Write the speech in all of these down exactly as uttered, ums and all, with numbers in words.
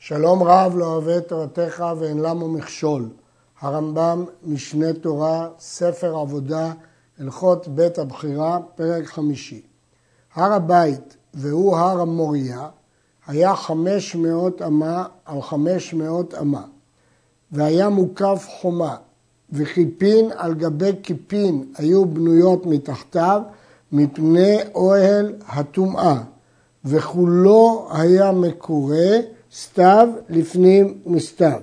שלום רב לא אוהב את תורתך ואין למו מכשול. הרמב"ם, משנה תורה, ספר עבודה, הלכות בית הבחירה, פרק חמישי. הר הבית והוא הר המוריה היה חמש מאות אמה על חמש מאות אמה, והיה מוקף חומה, וחיפין על גבי קיפין היו בנויות מתחתיו מפני אוהל הטומאה, וכולו היה מקורה סתיו לפנים ומסתיו.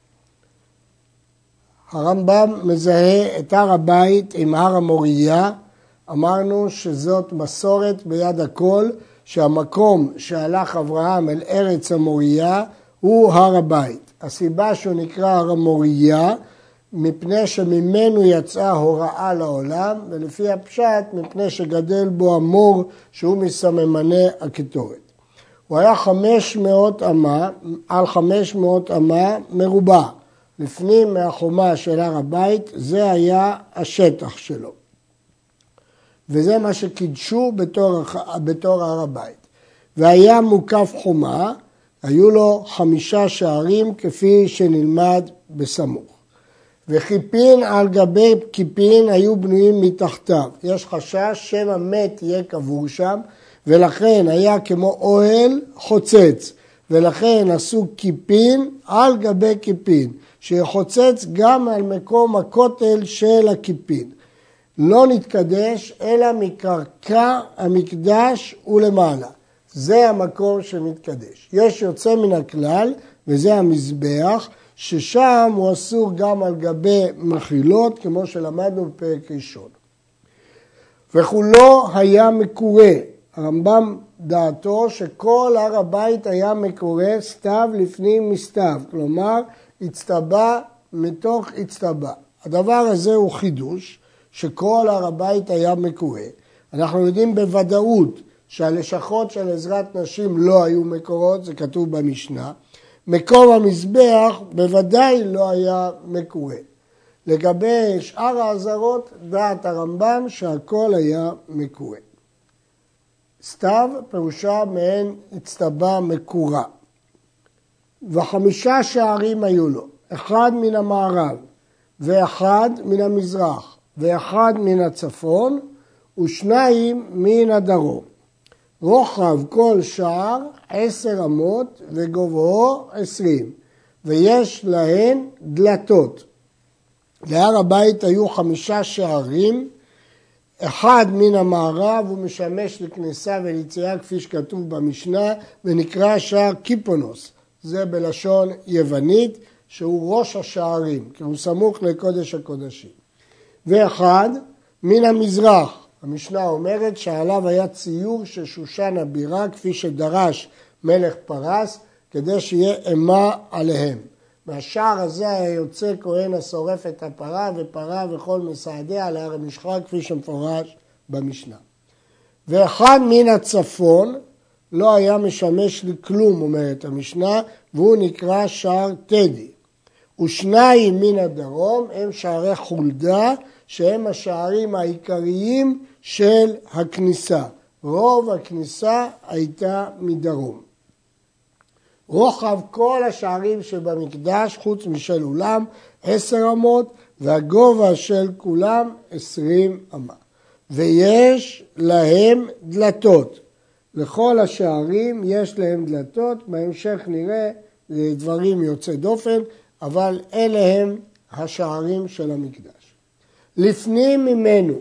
הרמב"ם מזהה את הר הבית עם הר המוריה. אמרנו שזאת מסורת ביד הכל, שהמקום שהלך אברהם אל ארץ המוריה הוא הר הבית. הסיבה שהוא נקרא הר המוריה, מפני שממנו יצאה הוראה לעולם, ולפי הפשט מפני שגדל בו המור שהוא מסממני הקטורת. הוא היה חמש מאות אמה על חמש מאות אמה מרובע. לפנים מהחומה של הר הבית, זה היה השטח שלו. וזה מה שקידשו בתור, בתור הר הבית. והיה מוקף חומה, היו לו חמישה שערים כפי שנלמד בסמוך. וחיפין על גבי קיפין היו בנויים מתחתיו. יש חשש שמא מת יהיה קבור שם, ולכן היה כמו אוהל חוצץ, ולכן עשו קיפין על גבי קיפין, שיחוצץ גם על מקום הכותל של הקיפין. לא נתקדש אלא מקרקע המקדש ולמעלה. זה המקום שמתקדש. יש יוצא מן הכלל, וזה המזבח, ששם הוא אסור גם על גבי מחילות, כמו שלמדנו בפרק ראשון. וכולו היה מקורה. הרמב"ם דעתו שכל הר הבית היה מקורה סתיו לפנים מסתיו, כלומר הצטבע מתוך הצטבע. הדבר הזה הוא חידוש, שכל הר הבית היה מקורה. אנחנו יודעים בוודאות שהלשכות של עזרת נשים לא היו מקורות, זה כתוב במשנה. מקום המזבח בוודאי לא היה מקורה. לגבי שאר העזרות, דעת הרמב"ם שהכל היה מקורה. סתיו פירושה מעין הצטבע מקורה. וחמישה שערים היו לו, אחד מן המערב, ואחד מן המזרח, ואחד מן הצפון, ושניים מן הדרום. רוחב כל שער עשר אמות, וגובהו עשרים, ויש להן דלתות. להר הבית היו חמישה שערים, אחד מן המערב הוא משמש לכניסה וליציאה כפי שכתוב במשנה, ונקרא שער קיפונוס, זה בלשון יוונית, שהוא ראש השערים, כי הוא סמוך לקודש הקודשים. ואחד מן המזרח, המשנה אומרת שעליו היה ציור של שושן הבירה, כפי שדרש מלך פרס, כדי שיהיה אימה עליהם. מהשער הזה היה יוצא כהן השורף את הפרה, ופרה וכל מסעדיה להר המשחה, כפי שמפורש במשנה. ואחד מן הצפון לא היה משמש לכלום, אומרת המשנה, והוא נקרא שער תדי. ושניים מן הדרום הם שערי חולדה, שהם השערים העיקריים של הכניסה. רוב הכניסה הייתה מדרום. רוחב כל השערים שבמקדש, חוץ משל אולם, עשר אמות, והגובה של כולם עשרים אמה. ויש להם דלתות. לכל השערים יש להם דלתות, בהמשך נראה דברים יוצא דופן, אבל אלה הם השערים של המקדש. לפנים ממנו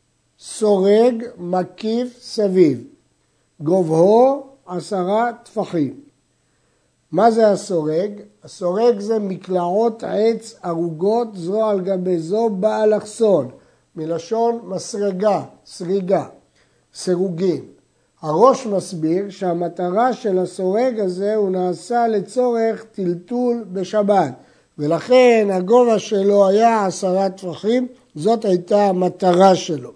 סורג מקיף סביב, גובהו עשרה טפחים. מה זה הסורג? הסורג זה מקלעות עץ ארוגות זו על גבי זו באלכסון, מלשון מסרגה, סריגה, סירוגין. הראש מסביר שהמטרה של הסורג הזה הוא נעשה לצורך טלטול בשבת, ולכן הגובה שלו היה עשרה טפחים, זאת הייתה המטרה שלו.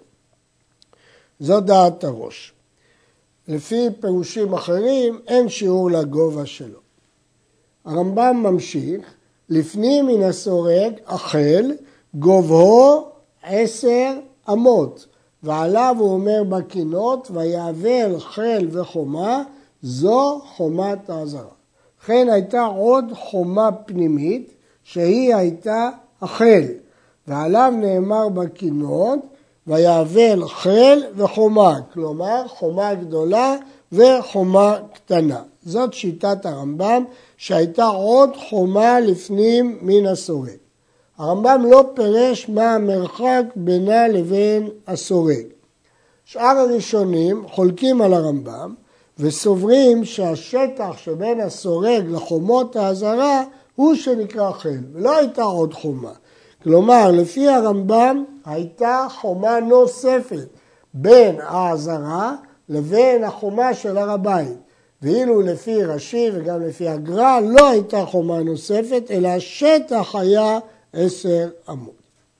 זאת דעת הראש. לפי פירושים אחרים אין שיעור לגובה שלו. הרמב"ם ממשיך, לפנים מן הסורג החל, גובהו עשר אמות, ועליו הוא אומר בקינות, ויעבר חיל וחומה, זו חומת העזרה. לכן הייתה עוד חומה פנימית שהיא הייתה החל, ועליו נאמר בקינות ויאבל חל וחומה, כלומר חומה גדולה וחומה קטנה. זאת שיטת הרמב"ם שהייתה עוד חומה לפנים מן הסורג. הרמב"ם לא פירש מה המרחק בינה לבין הסורג. שאר הראשונים חולקים על הרמב"ם וסוברים שהשטח שבין הסורג לחומות האזהרה הוא שנקרא חל, ולא הייתה עוד חומה. כלומר, לפי הרמב"ם הייתה חומה נוספת בין האזהרה לבין החומה של הר הבית. ואילו לפי רש"י וגם לפי הגר"א לא הייתה חומה נוספת, אלא השטח היה עשר אמות.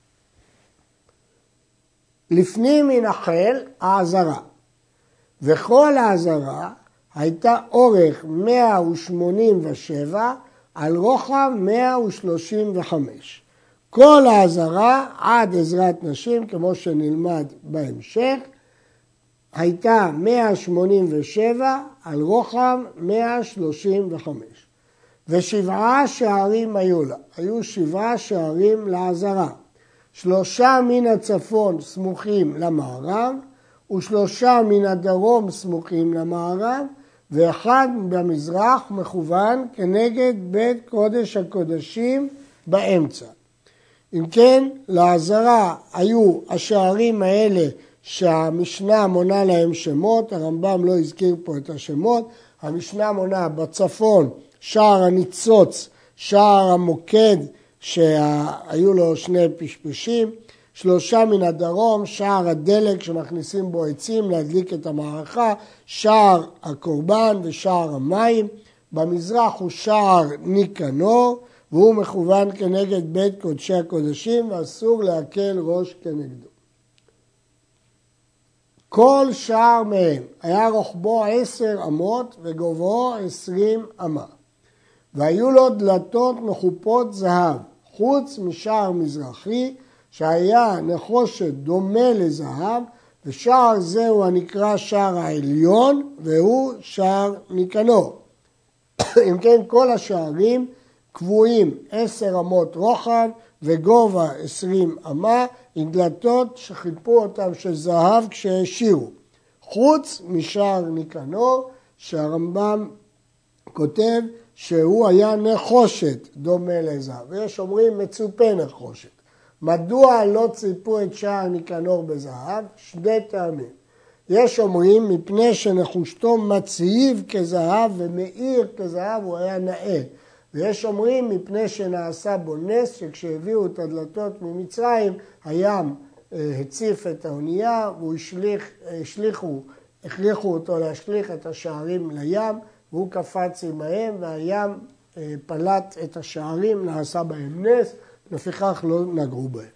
לפנים מן החל האזהרה, וכל האזהרה הייתה אורך מאה ושמונים ושבע על רוחב מאה ושלושים וחמש. כל האזהרה עד עזרת נשים, כמו שנלמד בהמשך, הייתה מאה שמונים ושבע על רוחב מאה שלושים וחמש. ושבעה שערים היו לה, היו שבעה שערים לעזרה. שלושה מן הצפון סמוכים למערב, ושלושה מן הדרום סמוכים למערב, ואחד במזרח מכוון כנגד בית קודש הקודשים באמצע. אם כן, לעזרה היו השערים האלה שהמשנה מונה להם שמות, הרמב"ם לא הזכיר פה את השמות, המשנה מונה בצפון שער הניצוץ, שער המוקד שהיו לו שני פשפשים, שלושה מן הדרום, שער הדלק שמכניסים בו עצים להדליק את המערכה, שער הקורבן ושער המים, במזרח הוא שער ניקנור, והוא מכוון כנגד בית קודשי הקודשים ואסור להקל ראש כנגדו. כל שער מהם היה רוחבו עשר אמות וגובהו עשרים אמה. והיו לו דלתות מחופות זהב, חוץ משער מזרחי שהיה נחושת דומה לזהב, ושער זהו הנקרא שער העליון והוא שער ניקנור. אם כן, כל השערים קבועים עשר אמות רוחב וגובה עשרים אמה, עם דלתות שחיפו אותם של זהב כשהשאירו. חוץ משער ניקנור, שהרמב"ם כותב שהוא היה נחושת דומה לזהב. ויש אומרים מצופה נחושת. מדוע לא ציפו את שער ניקנור בזהב? שני טעמים. יש אומרים מפני שנחושתו מצהיב כזהב ומאיר כזהב, הוא היה נאה. ויש אומרים מפני שנעשה בו נס, שכשהביאו את הדלתות ממצרים, הים הציף את האונייה, והוא השליך, השליחו, הכריחו אותו להשליך את השערים לים, והוא קפץ עמהם, והים פלט את השערים, נעשה בהם נס, לפיכך לא נגעו בהם.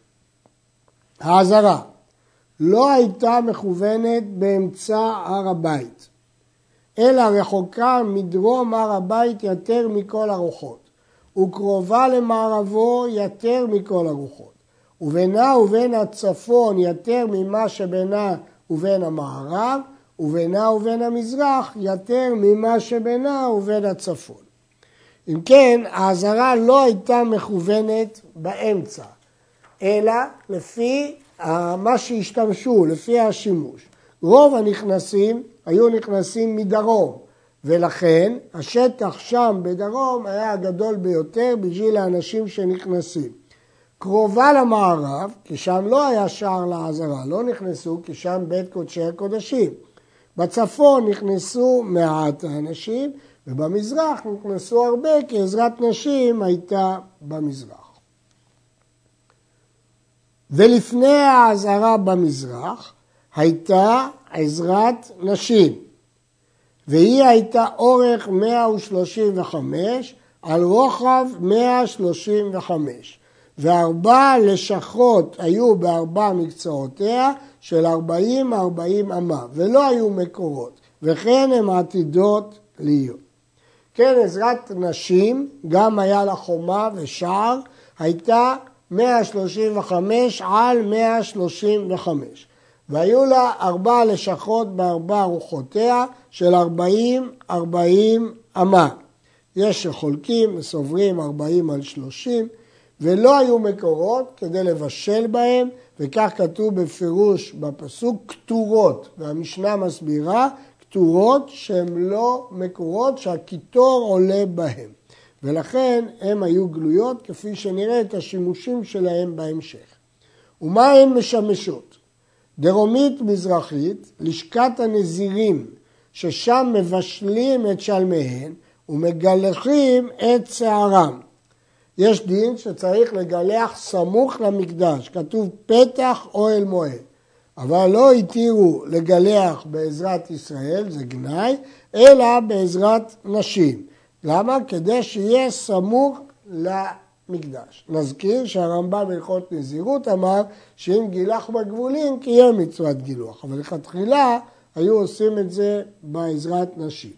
האזהרה לא הייתה מכוונת באמצע הר הבית, אלא רחוקה מדרום הר הבית יותר מכל הרוחות, וקרובה למערבו יותר מכל הרוחות, ובינה ובין הצפון יותר ממה שבינה ובין המערב, ובינה ובין המזרח יותר ממה שבינה ובין הצפון. אם כן, האזהרה לא הייתה מכוונת באמצע, אלא לפי מה שהשתמשו, לפי השימוש. רוב הנכנסים היו נכנסים מדרום, ולכן השטח שם בדרום היה הגדול ביותר בשביל האנשים שנכנסים. קרובה למערב, כי שם לא היה שער לעזרה, לא נכנסו, כי שם בית קודשי הקודשים. בצפון נכנסו מעט האנשים, ובמזרח נכנסו הרבה, כי עזרת נשים הייתה במזרח. ולפני העזרה במזרח הייתה עזרת נשים, והיא הייתה אורך מאה ושלושים וחמש על רוחב מאה שלושים וחמש, וארבע לשכות היו בארבע מקצועותיה של ארבעים ארבעים אמה, ולא היו מקורות, וכן הן עתידות להיות. כן, עזרת נשים גם היה לה חומה ושער, הייתה מאה שלושים וחמש על מאה שלושים וחמש. והיו לה ארבע לשכות בארבע רוחותיה של ארבעים ארבעים אמה. יש שחולקים וסוברים ארבעים על שלושים, ולא היו מקורות כדי לבשל בהם, וכך כתוב בפירוש בפסוק כתורות, והמשנה מסבירה כתורות שהן לא מקורות שהקיטור עולה בהם, ולכן הן היו גלויות כפי שנראה את השימושים שלהם בהמשך. ומה הן משמשות? דרומית מזרחית, לשכת הנזירים, ששם מבשלים את שלמיהן ומגלחים את שערם. יש דין שצריך לגלח סמוך למקדש, כתוב פתח אוהל מועד, אבל לא התירו לגלח בעזרת ישראל, זה גנאי, אלא בעזרת נשים. למה? כדי שיהיה סמוך למקדש. נזכיר שהרמב"ם בהלכות נזירות אמר שאם גילח בגבולים קיים מצוות גילוח, אבל לכתחילה היו עושים את זה בעזרת נשים.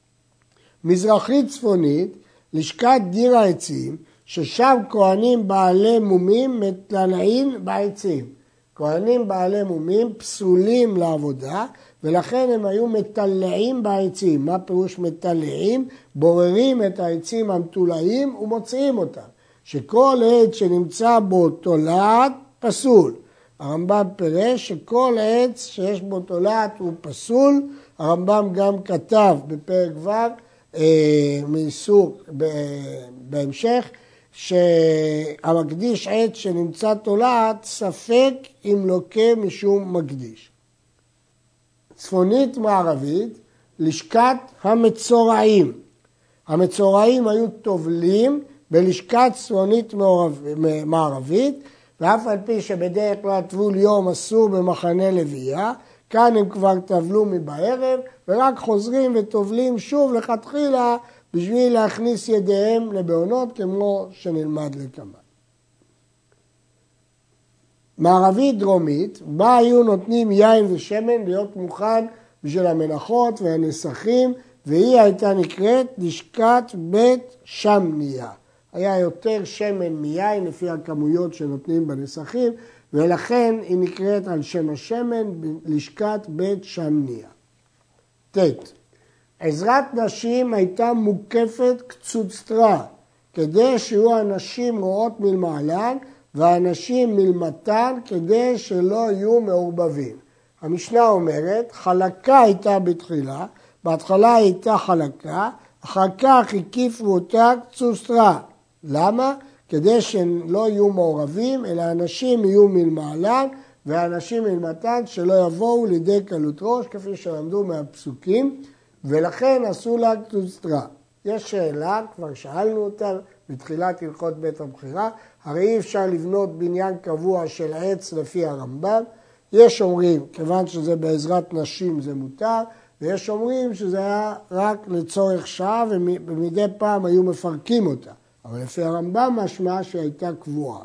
מזרחית צפונית, לשכת דיר העצים, ששם כהנים בעלי מומים מתלנעים בעצים. כהנים בעלי מומים פסולים לעבודה, ולכן הם היו מטלעים בעצים. מה פירוש מטלעים? בוררים את העצים המטולעים ומוציאים אותם. שכל עץ שנמצא בו תולעת פסול. הרמב"ם פירש שכל עץ שיש בו תולעת הוא פסול. הרמב"ם גם כתב בפרק ו' אה, מאיסור בהמשך, שהמקדיש עץ שנמצא תולעת ספק אם לוקה משום מקדיש. צפונית מערבית, לשכת המצורעים. המצורעים היו טובלים בלשכת צפונית מערבית, ואף על פי שבדרך כלל טבול יום אסור במחנה לוויה, כאן הם כבר טבלו מבערב, ורק חוזרים וטובלים שוב לכתחילה בשביל להכניס ידיהם לבעונות, כמו שנלמד לכמה. מערבית דרומית, בה היו נותנים יין ושמן להיות מוכן בשביל המנחות והנסכים, והיא הייתה נקראת לשכת בית שמניה. היה יותר שמן מיין לפי הכמויות שנותנים בנסכים, ולכן היא נקראת על שם השמן לשכת בית שמניה. תת. עזרת נשים הייתה מוקפת קצוצטרה, כדי שיהיו הנשים רואות מלמעלן והנשים מלמטן, כדי שלא יהיו מעורבבים. המשנה אומרת, חלקה הייתה בתחילה, בהתחלה הייתה חלקה, אחר כך הקיפו אותה קצוצטרה. למה? כדי שלא יהיו מעורבים, אלא הנשים יהיו מלמעלן והנשים מלמטן, שלא יבואו לידי קלות ראש, כפי שלמדו מהפסוקים, ולכן עשו לה קצוצטרה. יש שאלה, כבר שאלנו אותה בתחילת הלכות בית הבחירה, הרי אי אפשר לבנות בניין קבוע של עץ לפי הרמב"ם. יש אומרים, כיוון שזה בעזרת נשים זה מותר, ויש אומרים שזה היה רק לצורך שעה ומדי פעם היו מפרקים אותה. אבל לפי הרמב"ם משמע שהייתה קבועה.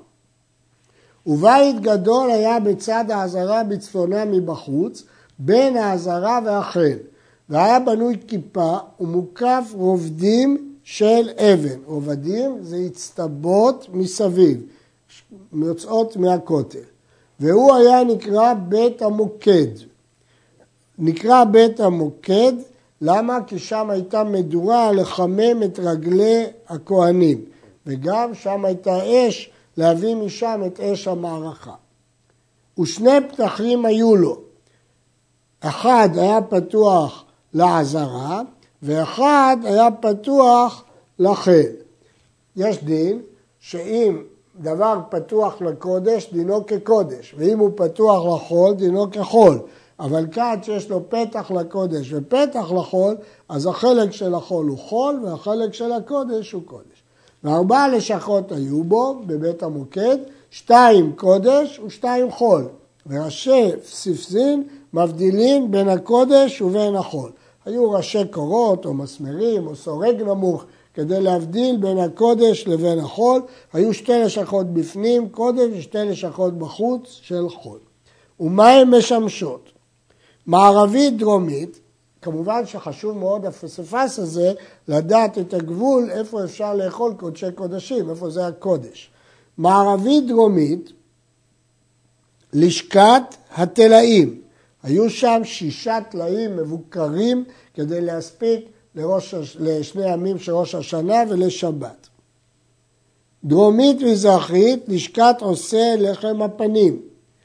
ובית גדול היה בצד העזרה בצפונה מבחוץ, בין העזרה והחל. והיה בנוי כיפה ומוקף רובדים של אבן. רובדים זה הצטבות מסביב, יוצאות מהכותל. והוא היה נקרא בית המוקד. נקרא בית המוקד, למה? כי שם הייתה מדורה לחמם את רגלי הכהנים. וגם שם הייתה אש להביא משם את אש המערכה. ושני פתחים היו לו. אחד היה פתוח לעזרה, ואחד היה פתוח לחיל. יש דין שאם דבר פתוח לקודש, דינו כקודש, ואם הוא פתוח לחול, דינו כחול. אבל כאן שיש לו פתח לקודש ופתח לחול, אז החלק של החול הוא חול, והחלק של הקודש הוא קודש. וארבע לשכות היו בו בבית המוקד, שתיים קודש ושתיים חול. וראשי ספסין מבדילים בין הקודש ובין החול. היו ראשי קורות או מסמרים או סורג נמוך כדי להבדיל בין הקודש לבין החול. היו שתי לשכות בפנים קודש ושתי לשכות בחוץ של חול. ומה הן משמשות? מערבית דרומית, כמובן שחשוב מאוד הפספס הזה לדעת את הגבול איפה אפשר לאכול קודשי קודשים, איפה זה הקודש. מערבית דרומית, לשכת התלאים. היו שם שישה תלאים מבוקרים כדי להספיק לראש, לשני ימים של ראש השנה ולשבת. דרומית מזרחית, לשכת עושה לחם הפנים.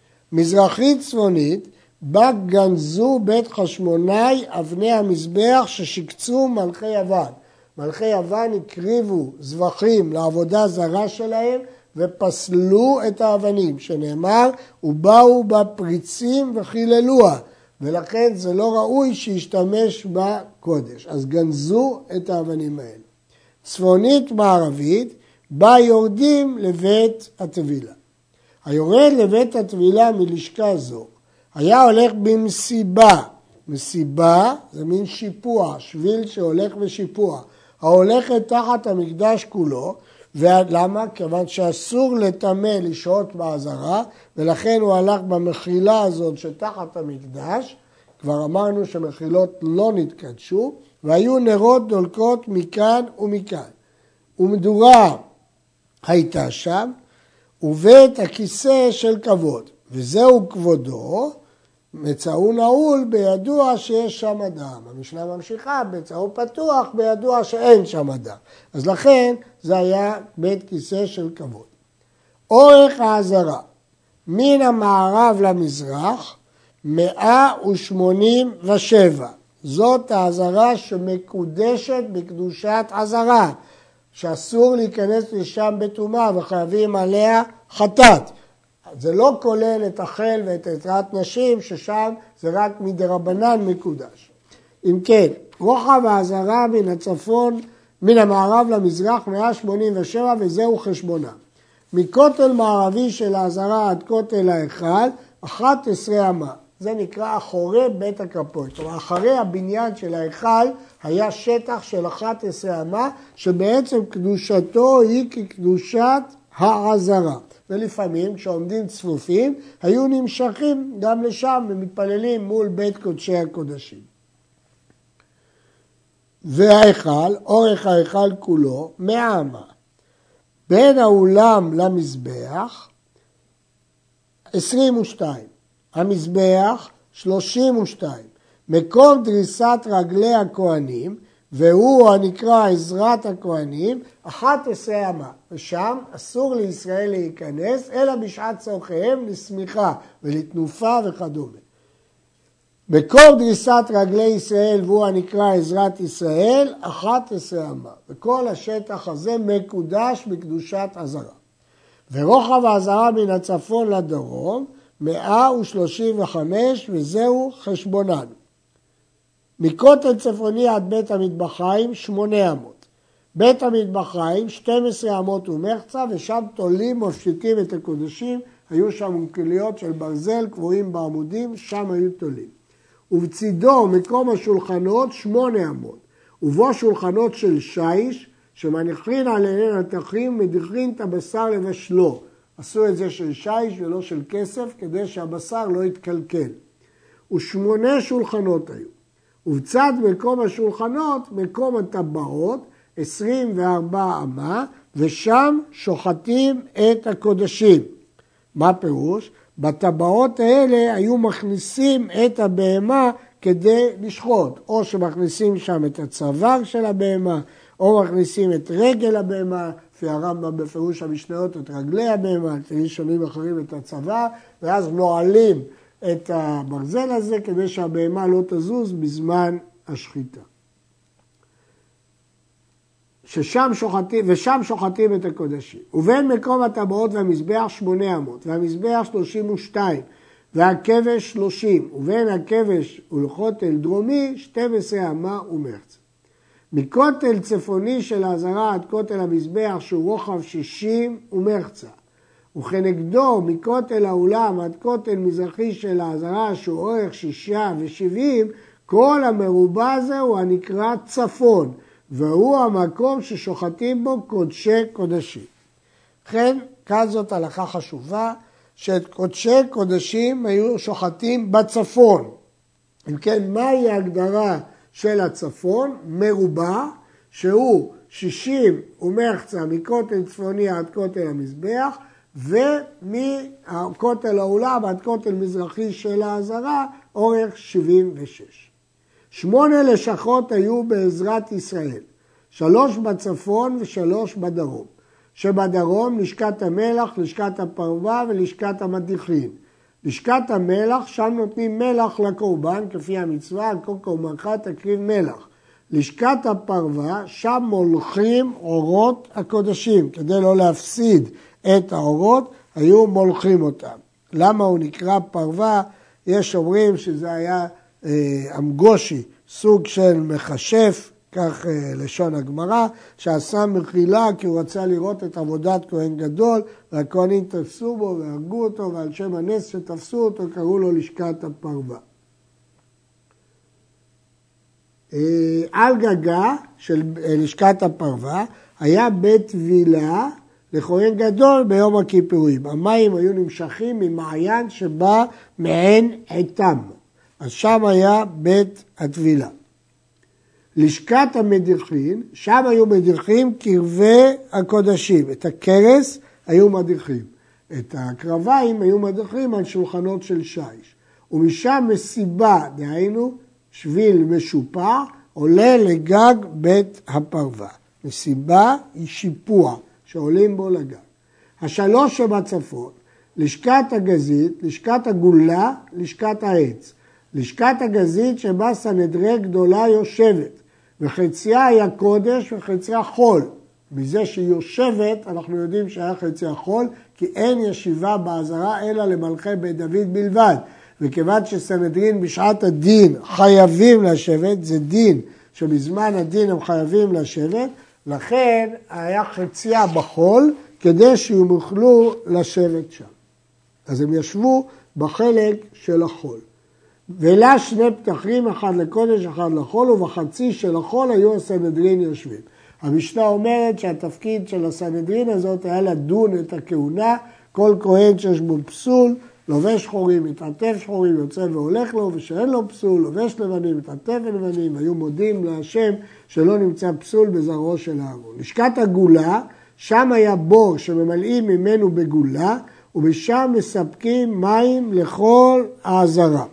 מזרחית צפונית, בה גנזו בית חשמונאי אבני המזבח ששיקצו מלכי יוון. מלכי יוון הקריבו זבחים לעבודה זרה שלהם ופסלו את האבנים, שנאמר, ובאו בפריצים וחיללוה, ולכן זה לא ראוי שישתמש בקודש. אז גנזו את האבנים האלה. צפונית מערבית, בה יורדים לבית הטבילה. היורד לבית הטבילה מלשכה זו, היה הולך במסיבה. מסיבה זה מין שיפוע, שביל שהולך בשיפוע. ההולכת תחת המקדש כולו, ולמה? כיוון שאסור לטמא לשהות בעזרה, ולכן הוא הלך במחילה הזאת שתחת המקדש, כבר אמרנו שמחילות לא נתקדשו, והיו נרות דולקות מכאן ומכאן. ומדורה הייתה שם, ובית הכיסא של כבוד, וזהו כבודו, מצאו נעול בידוע שיש שם אדם. המשנה ממשיכה, מצאו פתוח בידוע שאין שם אדם. אז לכן זה היה בית כיסא של כבוד. אורך העזרה, מן המערב למזרח, מאה ושמונים ושבע. זאת העזרה שמקודשת בקדושת עזרה, שאסור להיכנס לשם בטומאה וחייבים עליה חטאת. זה לא כולל את החל ואת עזרת נשים, ששם זה רק מדרבנן מקודש. אם כן, רוחב העזרה מן הצפון, מן המערב למזרח, מאה שמונים ושבע, וזהו חשבונה. מכותל מערבי של העזרה עד כותל ההיכל, אחת עשרה אמה. זה נקרא אחורי בית הכפות. כלומר, אחרי הבניין של ההיכל היה שטח של אחת עשרה אמה, שבעצם קדושתו היא כקדושת העזרה. ולפעמים כשעומדים צפופים, היו נמשכים גם לשם ומתפללים מול בית קודשי הקודשים. וההיכל, אורך ההיכל כולו, מאה אמה. בין האולם למזבח, עשרים ושתיים. המזבח, שלושים ושתיים. מקור דריסת רגלי הכהנים, והוא הנקרא עזרת הכהנים, אחת עשרה אמה. ושם אסור לישראל להיכנס, אלא בשעת צורכיהם לסמיכה ולתנופה וכדומה. מקור דריסת רגלי ישראל, והוא הנקרא עזרת ישראל, אחת עשרה אמה. וכל השטח הזה מקודש בקדושת עזרה. ורוחב העזרה מן הצפון לדרום, מאה ושלושים וחמש, וזהו חשבונן. מכותל צפוני עד בית המטבחיים, שמונה אמות. בית המטבחיים, שתים עשרה אמות ומחצה, ושם תולים מפשיטים את הקודשים, היו שם כליות של ברזל קבועים בעמודים, שם היו תולים. ובצידו מקום השולחנות, שמונה אמות. ובו שולחנות של שיש, שמניחין עליהן התחים, מדיחין את הבשר לבשלו. עשו את זה של שיש ולא של כסף, כדי שהבשר לא יתקלקל. ושמונה שולחנות היו. ובצד מקום השולחנות, מקום הטבעות, עשרים וארבע אמה, ושם שוחטים את הקודשים. מה פירוש? בטבעות האלה היו מכניסים את הבהמה כדי לשחוט, או שמכניסים שם את הצוואר של הבהמה, או מכניסים את רגל הבהמה, לפי הרמב"ם בפירוש המשניות את רגלי הבהמה, לפי שונים אחרים את הצוואר, ואז נועלים את הברזל הזה כדי שהבהמה לא תזוז בזמן השחיטה. ששם שוחטים, ושם שוחטים את הקודשים. ובין מקום הטבעות והמזבח שמונה אמות, והמזבח שלושים ושתיים, והכבש שלושים, ובין הכבש ולכותל דרומי שתים עשרה אמה ומחצה. מכותל צפוני של העזרה עד כותל המזבח שהוא רוחב שישים ומחצה. וכנגדו מכותל האולם עד כותל מזרחי של העזרה שהוא אורך שישה ושבעים, כל המרובע הזה הוא הנקרא צפון, והוא המקום ששוחטים בו קודשי קודשים. לכן, כאן זאת הלכה חשובה, שאת קודשי קודשים היו שוחטים בצפון. אם כן, מהי ההגדרה של הצפון? מרובע, שהוא שישים ומחצה מכותל צפוני עד כותל המזבח, ומכותל האולם עד כותל מזרחי של העזרה, אורך שבעים ושש. שמונה לשכות היו בעזרת ישראל, שלוש בצפון ושלוש בדרום. שבדרום לשכת המלח, לשכת הפרווה ולשכת המדיחים. לשכת המלח, שם נותנים מלח לקורבן, כפי המצווה, על כל קורבנך תקריב מלח. לשכת הפרווה, שם מולכים אורות הקודשים, כדי לא להפסיד את האורות, היו מולכים אותם. למה הוא נקרא פרווה? יש אומרים שזה היה אה, אמגושי, סוג של מכשף, כך אה, לשון הגמרא, שעשה מחילה כי הוא רצה לראות את עבודת כהן גדול, והכהנים תפסו בו והרגו אותו, ועל שם הנס שתפסו אותו קראו לו לשכת הפרווה. אה, על גגה של אה, לשכת הפרווה היה בית וילה לכהן גדול ביום הכיפורים. המים היו נמשכים ממעיין שבא מעין עיתם. אז שם היה בית הטבילה. לשכת המדיחים, שם היו מדיחים קרבי הקודשים. את הכרס היו מדיחים. את הקרביים היו מדיחים על שולחנות של שיש. ומשם מסיבה, דהיינו שביל משופע, עולה לגג בית הפרווה. מסיבה היא שיפוע שעולים בו לגג. השלוש שבצפון, לשכת הגזית, לשכת הגולה, לשכת העץ. לשכת הגזית שבה סנהדרין גדולה יושבת, וחציה היה קודש וחציה חול. מזה שהיא יושבת, אנחנו יודעים שהיה חציה חול, כי אין ישיבה בעזרה אלא למלכי בית דוד בלבד. וכיוון שסנהדרין בשעת הדין חייבים לשבת, זה דין שבזמן הדין הם חייבים לשבת, לכן היה חציה בחול כדי שהם יוכלו לשבת שם. אז הם ישבו בחלק של החול. ולה שני פתחים, אחד לקודש, אחד לחול, ובחצי של החול היו הסנהדרין יושבים. המשנה אומרת שהתפקיד של הסנהדרין הזאת היה לדון את הכהונה, כל כהן שיש בו פסול, לובש שחורים, מתעטף שחורים, יוצא והולך לו, ושאין לו פסול, לובש לבנים, מתעטף לבנים, היו מודים להשם שלא נמצא פסול בזרעו של הארון. לשכת הגולה, שם היה בור שממלאים ממנו בגולה, ובשם מספקים מים לכל העזרה.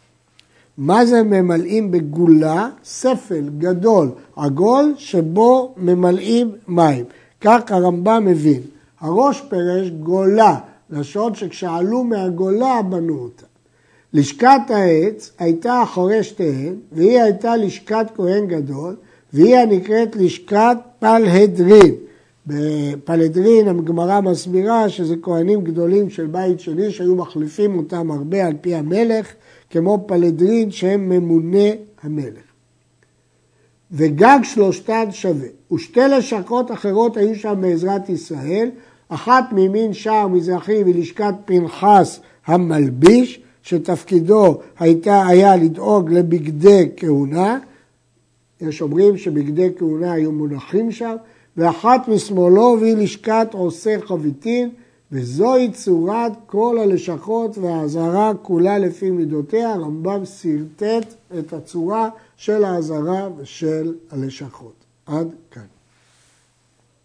מה זה ממלאים בגולה? ספל גדול, עגול, שבו ממלאים מים. כך הרמב"ם מבין. הראש פרש גולה, לשון שכשעלו מהגולה בנו אותה. לשכת העץ הייתה אחרי שתיהן, והיא הייתה לשכת כהן גדול, והיא הנקראת לשכת פלהדרין. בפלהדרין הגמרא מסבירה שזה כהנים גדולים של בית שני, שהיו מחליפים אותם הרבה על פי המלך, כמו פלהדרין שהם ממוני המלך. וגג שלושתן שווה. ושתי לשכות אחרות היו שם בעזרת ישראל, אחת מימין שער מזרחי ולשכת פנחס המלביש, שתפקידו הייתה, היה לדאוג לבגדי כהונה, יש אומרים שבגדי כהונה היו מונחים שם, ואחת משמאלו והיא לשכת עושה חביתין, וזוהי צורת כל הלשכות והעזרה כולה לפי מידותיה. הרמב"ם סרטט את הצורה של העזרה ושל הלשכות. עד כאן.